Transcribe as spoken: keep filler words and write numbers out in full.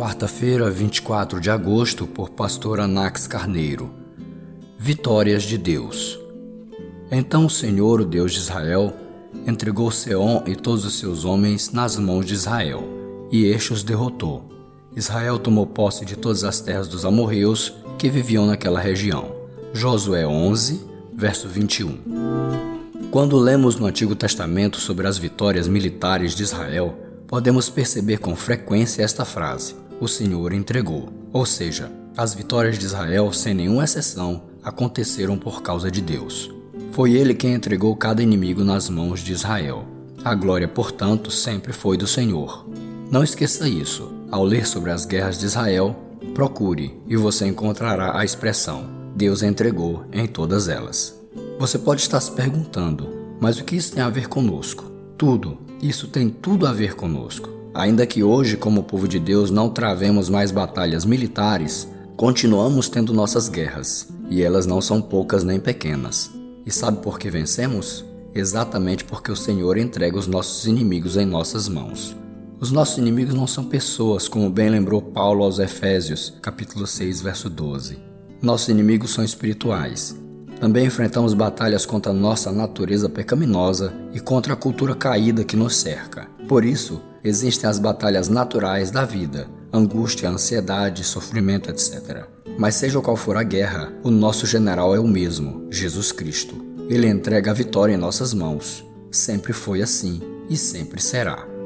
Quarta-feira, vinte e quatro de agosto, por pastor Anax Carneiro. Vitórias de Deus. Então o Senhor, o Deus de Israel, entregou Seom e todos os seus homens nas mãos de Israel, e este os derrotou. Israel tomou posse de todas as terras dos amorreus que viviam naquela região. Josué onze, verso vinte e um. Quando lemos no Antigo Testamento sobre as vitórias militares de Israel, podemos perceber com frequência esta frase: o Senhor entregou. Ou seja, as vitórias de Israel, sem nenhuma exceção, aconteceram por causa de Deus. Foi Ele quem entregou cada inimigo nas mãos de Israel. A glória, portanto, sempre foi do Senhor. Não esqueça isso. Ao ler sobre as guerras de Israel, procure e você encontrará a expressão Deus entregou em todas elas. Você pode estar se perguntando, mas o que isso tem a ver conosco? Tudo. Isso tem tudo a ver conosco. Ainda que hoje, como povo de Deus, não travemos mais batalhas militares, continuamos tendo nossas guerras, e elas não são poucas nem pequenas. E sabe por que vencemos? Exatamente porque o Senhor entrega os nossos inimigos em nossas mãos. Os nossos inimigos não são pessoas, como bem lembrou Paulo aos Efésios, capítulo seis, verso doze. Nossos inimigos são espirituais. Também enfrentamos batalhas contra a nossa natureza pecaminosa e contra a cultura caída que nos cerca. Por isso, existem as batalhas naturais da vida, angústia, ansiedade, sofrimento, etcétera. Mas seja qual for a guerra, o nosso general é o mesmo, Jesus Cristo. Ele entrega a vitória em nossas mãos. Sempre foi assim e sempre será.